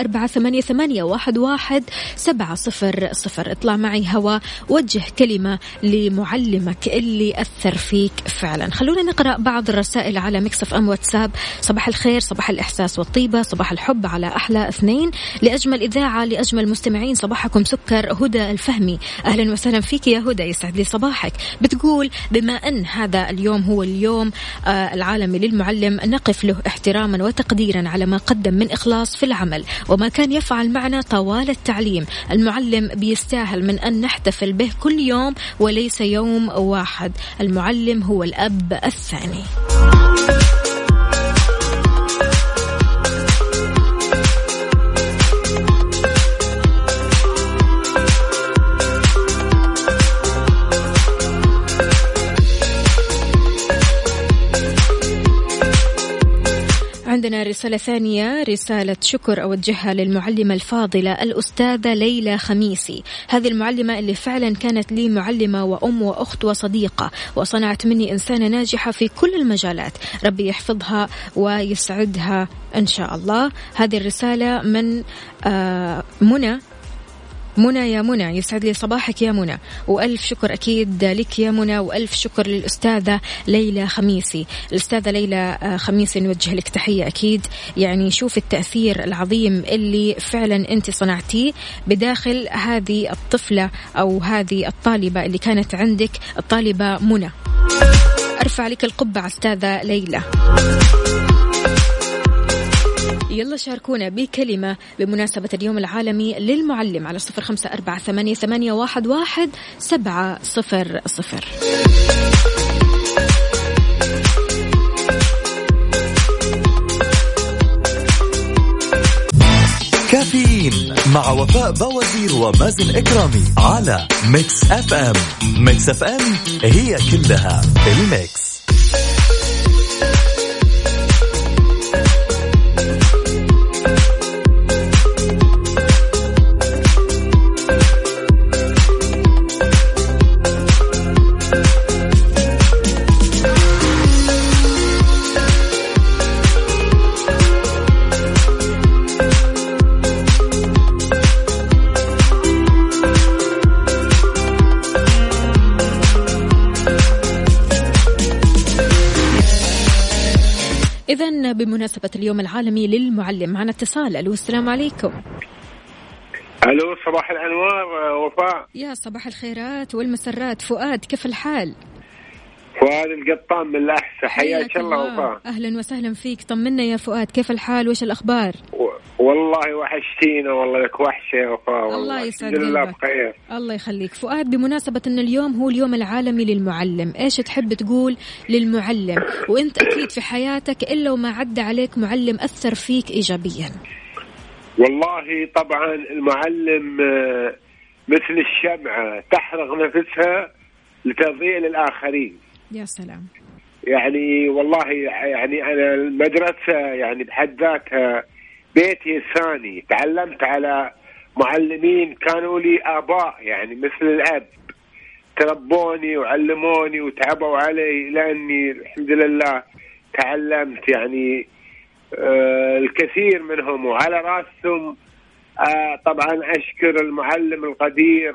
0548811700. اطلع معي هوا، وجه كلمة لمعلمك اللي أثر فيك فعلا. خلونا نقرأ بعض الرسائل على ميكس اف ام واتساب. صباح الخير، صباح الإحساس والطيبة، صباح الحب على أحلى اثنين، لأجمل إذاعة، لأجمل مستمعين، صباحكم سكر. هدى الفهمي، أهلا وسهلا فيك يا هدى، يسعد لي صباحك. بتقول بما أن هذا اليوم هو اليوم العالمي للمعلم، نقف له احتراما وتقديرا على ما قدم من إخلاص في العمل وما كان يفعل معنا طوال التعليم. المعلم بيستاهل من أن نحتفل به كل يوم وليس يوم واحد. المعلم هو الأب الثاني. عندنا رسالة ثانية، رسالة شكر أوجهها للمعلمة الفاضلة الأستاذة ليلى خميسي. هذه المعلمة اللي فعلا كانت لي معلمة وأم وأخت وصديقة، وصنعت مني إنسانة ناجحة في كل المجالات. ربي يحفظها ويسعدها إن شاء الله. هذه الرسالة من منى يا منى، يسعد لي صباحك يا منى، وألف شكر أكيد لك يا منى، وألف شكر للأستاذة ليلى خميسي. الأستاذة ليلى خميسي نوجه لك تحية أكيد. يعني شوف التأثير العظيم اللي فعلا أنت صنعتيه بداخل هذه الطفلة أو هذه الطالبة اللي كانت عندك، الطالبة منى. أرفع لك القبعة أستاذة ليلى. يلا شاركونا بكلمة بمناسبة اليوم العالمي للمعلم على 0548811700. كافيين مع وفاء بوازير ومازن إكرامي على ميكس اف ام. ميكس اف ام هي كلها الميكس. إذن بمناسبة اليوم العالمي للمعلم معنا اتصال. ألو السلام عليكم. ألو صباح الأنوار وفاء. يا صباح الخيرات والمسرات. فؤاد كيف الحال؟ فؤاد القطان من الأحساء، حياك الله وفاء. أهلا وسهلا فيك. طمنا يا فؤاد كيف الحال وش الأخبار؟ والله وحشتينا والله، لك وحشة يا وفاء. الله يسعد الله قلبك. بخير. الله يخليك. فؤاد بمناسبة أن اليوم هو اليوم العالمي للمعلم، إيش تحب تقول للمعلم؟ وإنت أكيد في حياتك إلا وما عدى عليك معلم أثر فيك إيجابيا. والله طبعا المعلم مثل الشمعة تحرق نفسها لتضيء للآخرين. يا سلام. يعني والله يعني أنا المدرسة يعني بحد ذاتها بيتي الثاني. تعلمت على معلمين كانوا لي آباء، يعني مثل الأب، تربوني وعلموني وتعبوا علي لأني الحمد لله تعلمت يعني الكثير منهم. وعلى رأسهم طبعا أشكر المعلم القدير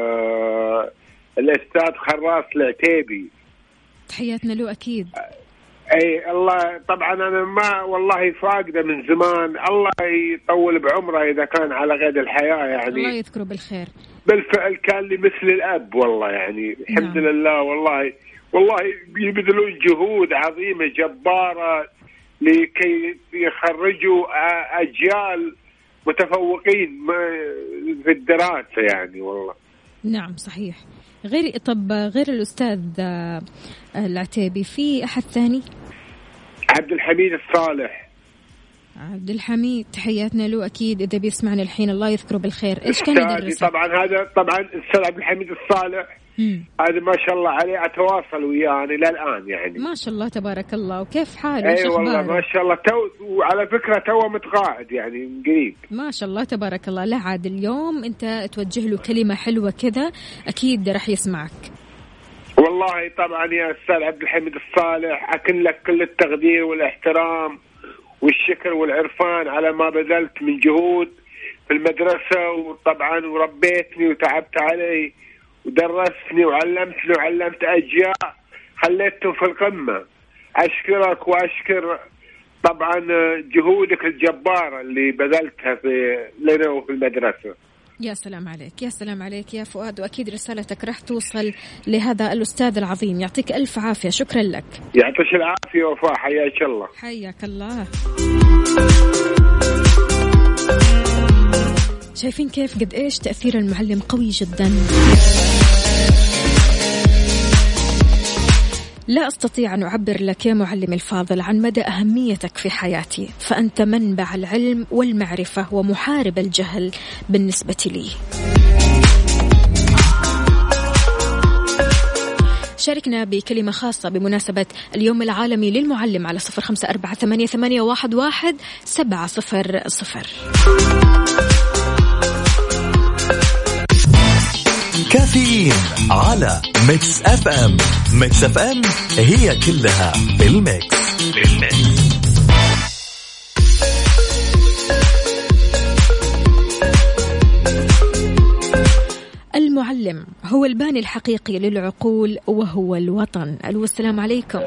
الأستاذ خراس العتيبي، تحياتنا له أكيد. اي الله طبعا انا ما والله فاقده من زمان، الله يطول بعمره اذا كان على قيد الحياه يعني. الله يذكره بالخير. بالفعل كان لي مثل الاب والله يعني الحمد لله. والله يبذلون جهود عظيمه جباره لكي يخرجوا اجيال متفوقين في الدراسه يعني والله. نعم صحيح. غير الأستاذ العتيبي في أحد ثاني؟ عبد الحميد الصالح. عبد الحميد تحياتنا له أكيد إذا بيسمعنا الحين، الله يذكره بالخير. إيش كان يدرس؟ طبعا هذا طبعا الأستاذ عبد الحميد الصالح هذا ما شاء الله عليه، أتواصل وياه إلى الآن يعني. ما شاء الله تبارك الله. وكيف حاله؟ أي والله ما شاء الله. وعلى فكرة تو متقاعد يعني من قريب. ما شاء الله تبارك الله. لا عاد اليوم أنت توجه له كلمة حلوة كذا أكيد رح يسمعك. والله طبعا يا أستاذ عبد الحميد الصالح أكن لك كل التقدير والاحترام والشكر والعرفان على ما بذلت من جهود في المدرسة، وطبعا وربيتني وتعبت علي ودرسني وعلمتني وعلمت أجيال خليتهم في القمة. أشكرك وأشكر طبعا جهودك الجبارة اللي بذلتها لنا وفي المدرسة. يا سلام عليك، يا سلام عليك يا فؤاد. وأكيد رسالتك راح توصل لهذا الأستاذ العظيم. يعطيك ألف عافية. شكرا لك. يعطيك العافية وفاء. حياك الله. حياك الله. شايفين كيف قد إيش تأثير المعلم قوي جدا. لا أستطيع أن أعبر لك يا معلم الفاضل عن مدى أهميتك في حياتي، فأنت منبع العلم والمعرفة ومحارب الجهل بالنسبة لي. شاركنا بكلمة خاصة بمناسبة اليوم العالمي للمعلم على 0548811700. كافيين على ميكس اف ام. ميكس اف ام هي كلها بالميكس. المعلم هو الباني الحقيقي للعقول وهو الوطن. ألو السلام عليكم.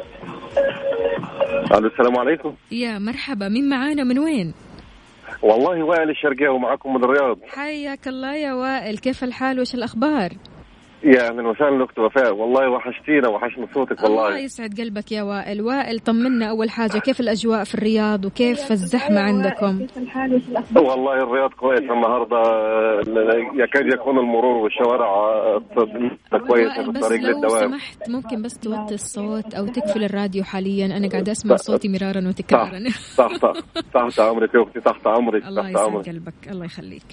ألو السلام عليكم. يا مرحبا، مين معانا من وين؟ والله وائل الشرقاوي معكم من الرياض. حياك الله يا وائل، كيف الحال وش الأخبار؟ يا أهلا وسهلا أخت وفاء، والله وحشتينا وحشنا صوتك والله. الله يسعد قلبك يا وائل. وائل طمنا أول حاجة، كيف الأجواء في الرياض وكيف الزحمة عندكم؟ والله الرياض كويسة النهاردة، يكاد يكون المرور والشوارع كويسة في الطريق للدوام. لو سمحت ممكن بس توطي الصوت أو تقفل الراديو حاليا، أنا قاعدة أسمع صوتي مرارا وتكرارا. تحت أمرك يا أختي، تحت أمرك. الله يسعد قلبك، الله يخليك.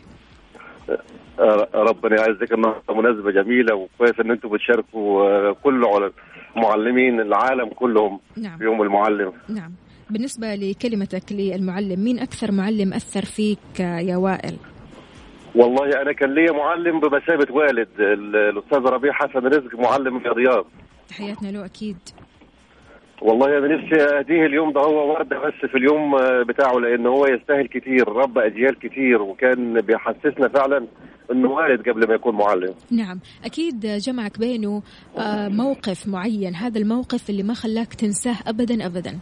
ربنا يعزك. النهارده مناسبة جميلة وكويس ان انتم بتشاركوا كل معلمين العالم كلهم. نعم. في يوم المعلم. نعم. بالنسبة لكلمتك للمعلم، مين أكثر معلم أثر فيك يا وائل؟ والله أنا كان لي معلم بمثابة والد، الأستاذ ربيع حسن رزق، معلم الرياضيات. تحياتنا له أكيد. والله أنا نفسي أهديه اليوم ده هو وردة بس في اليوم بتاعه، لأن هو يستاهل كتير، ربى أجيال كتير وكان بيحسسنا فعلا إنه والد قبل ما يكون معلم. نعم أكيد جمعك بينه موقف معين، هذا الموقف اللي ما خلاك تنساه أبدا أبدا.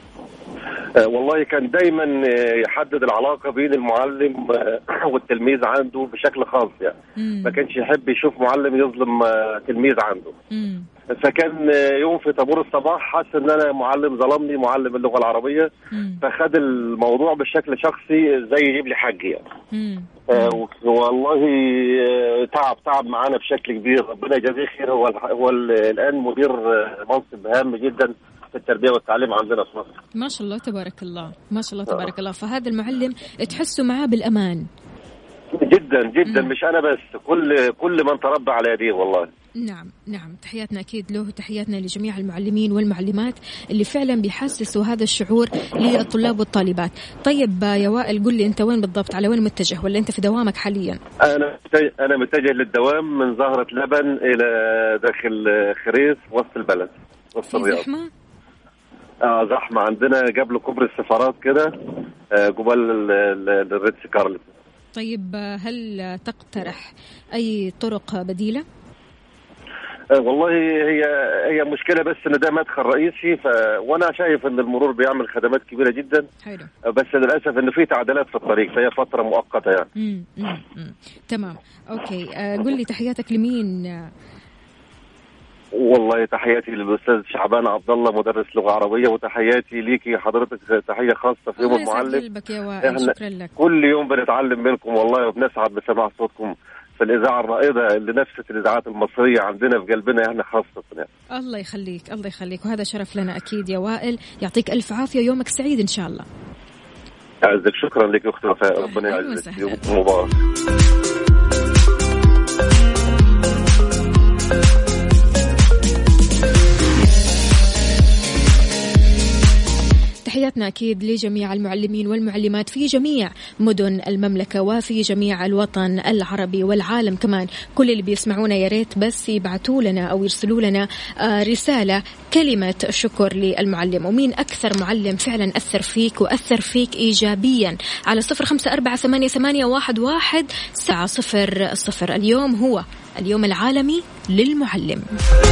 والله كان دايما يحدد العلاقة بين المعلم والتلميذ عنده بشكل خاص، يعني ما كانش يحب يشوف معلم يظلم تلميذ عنده. فكان يوم في طابور الصباح حس ان انا معلم ظلمني، معلم اللغة العربية، فخد الموضوع بشكل شخصي زي يجيب لي حق يعني. والله تعب معانا بشكل كبير، ربنا يجزيه خير. هو الان مدير منصب هام جدا في التربية والتعليم عندنا في مصر. ما شاء الله تبارك الله، ما شاء الله تبارك الله. فهذا المعلم تحسه معاه بالأمان جدا جدا. مش أنا بس، كل من تربى على يديه والله. نعم تحياتنا أكيد له، تحياتنا لجميع المعلمين والمعلمات اللي فعلا بيحسسوا هذا الشعور للطلاب والطالبات. طيب يا وائل قل لي أنت وين بالضبط، على وين متجه، ولا أنت في دوامك حاليا؟ أنا متجه للدوام من زهرة لبن إلى داخل خريص وسط البلد، وسط الرياض. زحمة؟ زحمة عندنا قبل كوبري السفارات كده، قبل الريتس كارلتون. طيب هل تقترح أي طرق بديلة؟ والله هي مشكلة بس ان ده مدخل رئيسي، وانا شايف ان المرور بيعمل خدمات كبيرة جدا. حلو. بس للأسف ان في تعديلات في الطريق، فهي فترة مؤقتة يعني. تمام اوكي. قل لي تحياتك لمين؟ والله تحياتي للأستاذ شعبان عبد الله مدرس لغة عربية، وتحياتي ليكي حضرتك تحية خاصة في يوم المعلم. احنا شكرا لك. كل يوم بنتعلم منكم والله، وبنسعد بسماع صوتكم في الإذاعة الرائدة اللي نفست الإذاعات المصرية عندنا في قلبنا احنا خاصة يعني. الله يخليك الله يخليك، وهذا شرف لنا أكيد يا وائل. يعطيك ألف عافية، يومك سعيد إن شاء الله. أعزك، شكرا لك أختي وفاء، ربنا يعزك، يوم مبارك. تحياتنا أكيد لجميع المعلمين والمعلمات في جميع مدن المملكة وفي جميع الوطن العربي والعالم كمان. كل اللي بيسمعونا يا ريت بس يبعتوا لنا أو يرسلوا لنا رسالة كلمة شكر للمعلم، ومين أكثر معلم فعلا أثر فيك وأثر فيك إيجابيا على 0548811700. اليوم هو اليوم العالمي للمعلم.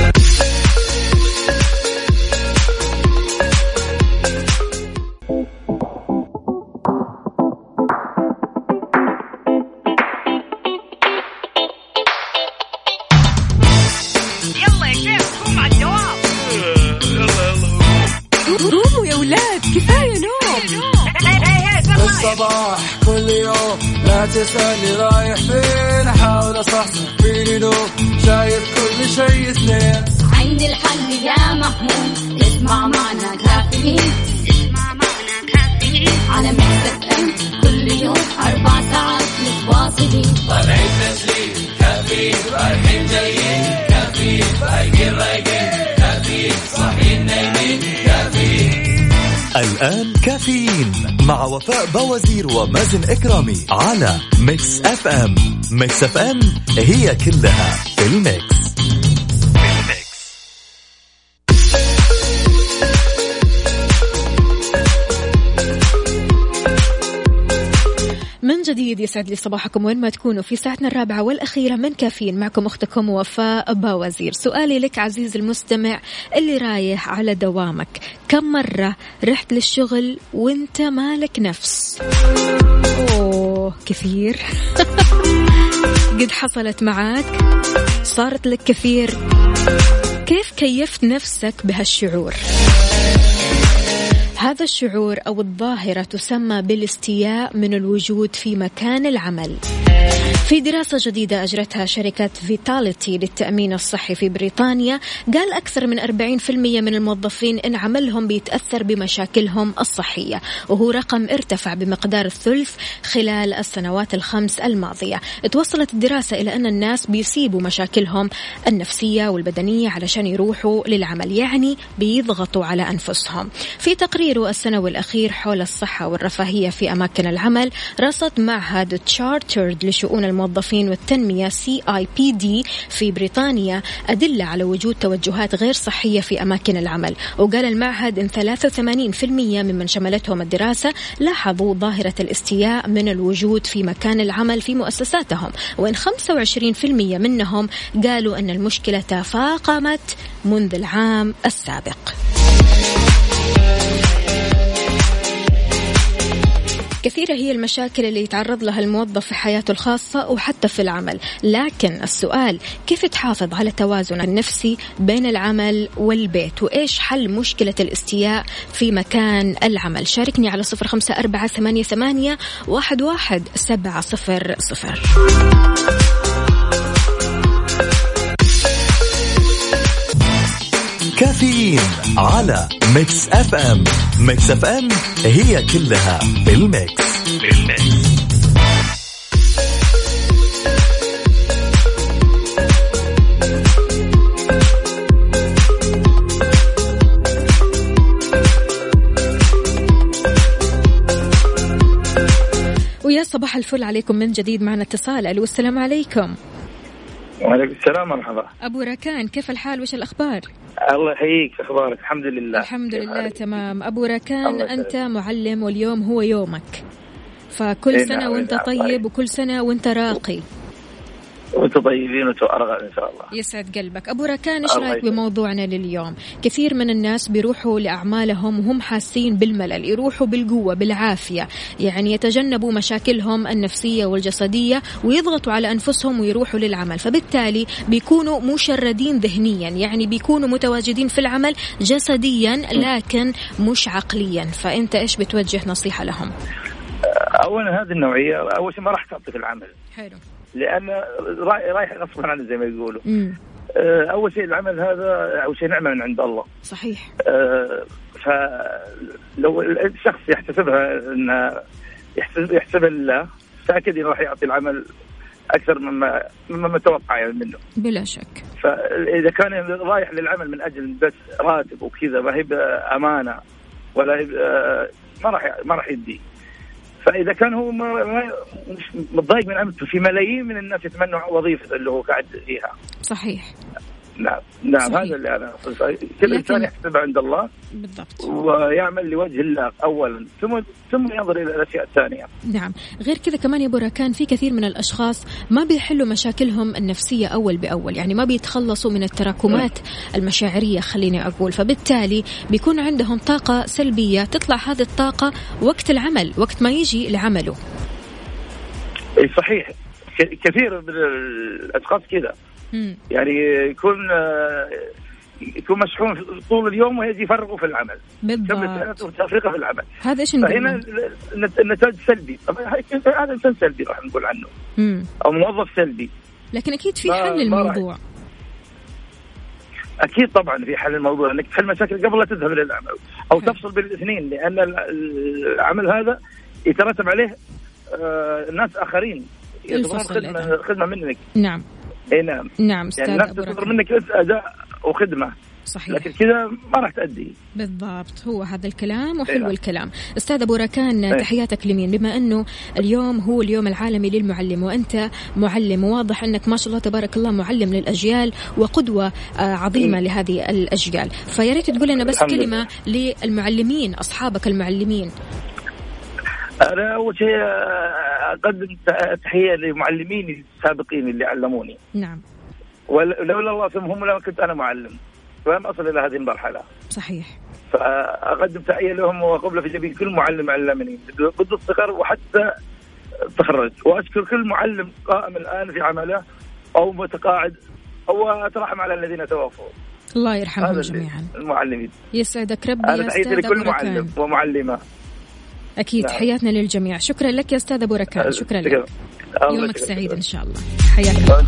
قوموا يا ولاد، كفاية نوم. الصباح كل يوم لا تسألني رايح فين، أحاول أصحصح فيني نوم، شايف كل شيء اثنين. عندي الحل يا محمود، اسمع معنا كافيين، اسمع معنا كافيين على ميكس اف ام، كل يوم 4 ساعات متواصلين. طالعين تسليم كافيين، رايحين جايين كافيين، رايقين رايقين الآن كافيين مع وفاء بوازير ومازن إكرامي على ميكس اف ام. ميكس اف ام هي كلها في الميكس. من جديد يسعد لي صباحكم وين ما تكونوا في ساعتنا الرابعة والأخيرة من كافيين. معكم أختكم وفاء باوزير. سؤالي لك عزيز المستمع اللي رايح على دوامك، كم مرة رحت للشغل وانت مالك نفس؟ أوه كثير. قد حصلت معاك؟ صارت لك كثير؟ كيف كيفت نفسك بهالشعور؟ هذا الشعور أو الظاهرة تسمى بالاستياء من الوجود في مكان العمل. في دراسة جديدة أجرتها شركة فيتاليتي للتأمين الصحي في بريطانيا، قال أكثر من 40% من الموظفين إن عملهم بيتأثر بمشاكلهم الصحية، وهو رقم ارتفع بمقدار الثلث خلال السنوات الخمس الماضية. توصلت الدراسة إلى أن الناس بيسيبوا مشاكلهم النفسية والبدنية علشان يروحوا للعمل، يعني بيضغطوا على أنفسهم. في تقرير السنوي الأخير حول الصحة والرفاهية في أماكن العمل، رصد معهد تشارترد لشؤون الموظفين والتنمية CIPD في بريطانيا أدلة على وجود توجهات غير صحية في أماكن العمل. وقال المعهد إن 83% ممن شملتهم الدراسة لاحظوا ظاهرة الاستياء من الوجود في مكان العمل في مؤسساتهم، وإن 25% منهم قالوا أن المشكلة تفاقمت منذ العام السابق. كثيرة هي المشاكل اللي يتعرض لها الموظف في حياته الخاصة وحتى في العمل، لكن السؤال كيف تحافظ على التوازن النفسي بين العمل والبيت، وإيش حل مشكلة الاستياء في مكان العمل؟ شاركني على 0548811700. كافيين على ميكس اف ام. ميكس اف ام هي كلها في الميكس. ويا صباح الفل عليكم من جديد. معنا اتصال. ألو السلام عليكم. وعليكم السلام مرحبا. أبو ركان كيف الحال وش الأخبار؟ الله يحييك، أخبارك؟ الحمد لله. الحمد لله تمام. أبو ركان أنت معلم واليوم هو يومك، فكل سنة وانت طيب وكل سنة وانت راقي. وانتم طيبين وانتم أرغب إن شاء الله. يسعد قلبك. أبو ركان إيش رأيك بموضوعنا لليوم؟ كثير من الناس بيروحوا لأعمالهم وهم حاسين بالملل، يروحوا بالقوة بالعافية، يعني يتجنبوا مشاكلهم النفسية والجسدية ويضغطوا على أنفسهم ويروحوا للعمل، فبالتالي بيكونوا مشردين ذهنيا، يعني بيكونوا متواجدين في العمل جسديا لكن مش عقليا. فأنت إيش بتوجه نصيحة لهم؟ أولا هذه النوعية أول شيء ما راح تعطي في العمل. حلو. لأن رايح غصبا عنه زي ما يقولوا. أول شيء العمل هذا أول شيء نعمة من عند الله. صحيح. فلو الشخص يحتسبها إن يحسب الله، تأكد إنه راح يعطي العمل أكثر مما متوقع يعني منه. بلا شك. فإذا كان رايح للعمل من أجل بس راتب وكذا ما هي بأمانة ولا هي ما راح يدي. فإذا كان هو مش متضايق من عملته، في ملايين من الناس يتمنوا وظيفة اللي هو قاعد فيها. صحيح. نعم هذا اللي أنا كل إنسان يحسب عند الله بالضبط ويعمل لوجه الله أولا ثم ينظر إلى الأشياء الثانية. نعم. غير كذا كمان يا أبو ركان في كثير من الأشخاص ما بيحلوا مشاكلهم النفسية أول بأول، يعني ما بيتخلصوا من التراكمات المشاعرية خليني أقول، فبالتالي بيكون عندهم طاقة سلبية تطلع هذه الطاقة وقت العمل، وقت ما يجي لعمله. صحيح. كثير من الأشخاص كذا يعني يكون مشحون طول اليوم ويجي يفرغوا في العمل. بالضبط. وتفرقة في العمل. هذا إيش فهنا النتاج سلبي. طبعا هذا إنسان سلبي راح نقول عنه. أو موظف سلبي. لكن أكيد في حل الموضوع. أكيد طبعا في حل الموضوع، إنك تحل مشاكل قبل لا تذهب إلى العمل أو تفصل بين الاثنين، لأن العمل هذا يترتب عليه ناس آخرين يطلبون خدمة منك. نعم. اي نعم. نعم. يعني الناس تنتظر منك أداء وخدمة. صحيح. لكن كذا ما راح تأدي. بالضبط، هو هذا الكلام وحلو الكلام. أستاذ أبو راكان تحياتك لمين؟ بما أنه اليوم هو اليوم العالمي للمعلم وأنت معلم، وواضح أنك ما شاء الله تبارك الله معلم للأجيال وقدوة عظيمة لهذه الأجيال، فياريت تقول لنا بس كلمة للمعلمين أصحابك المعلمين. أنا أول شيء أقدم تحية لمعلميني السابقين اللي علموني. نعم. ولولا الله سمهم لما كنت أنا معلم، فلم أصل إلى هذه المرحلة. صحيح. فأقدم تحية لهم وقبل في جميع كل معلم علمني منذ الصغر وحتى تخرج، وأشكر كل معلم قائم الآن في عمله أو متقاعد أو أترحم على الذين توفوا. الله يرحمهم جميعا. المعلمين. يسعدك ربي يا أستاذ أبو لكل معلم ومعلمة. أكيد. نعم. حياتنا للجميع. شكرا لك يا أستاذ أبو راكان. شكرا لك. يومك سعيد إن شاء الله. حياك الله.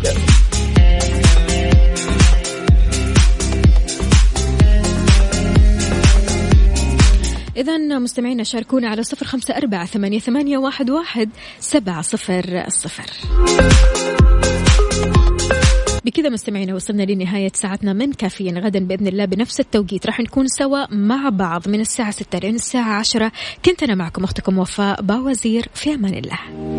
إذن مستمعينا شاركونا على 0548811700. بكذا مستمعينا وصلنا لنهاية ساعتنا من كافيين. غدا بإذن الله بنفس التوقيت راح نكون سوا مع بعض من الساعة 6 لين الساعة 10. كنت أنا معكم أختكم وفاء باوزير، في أمان الله.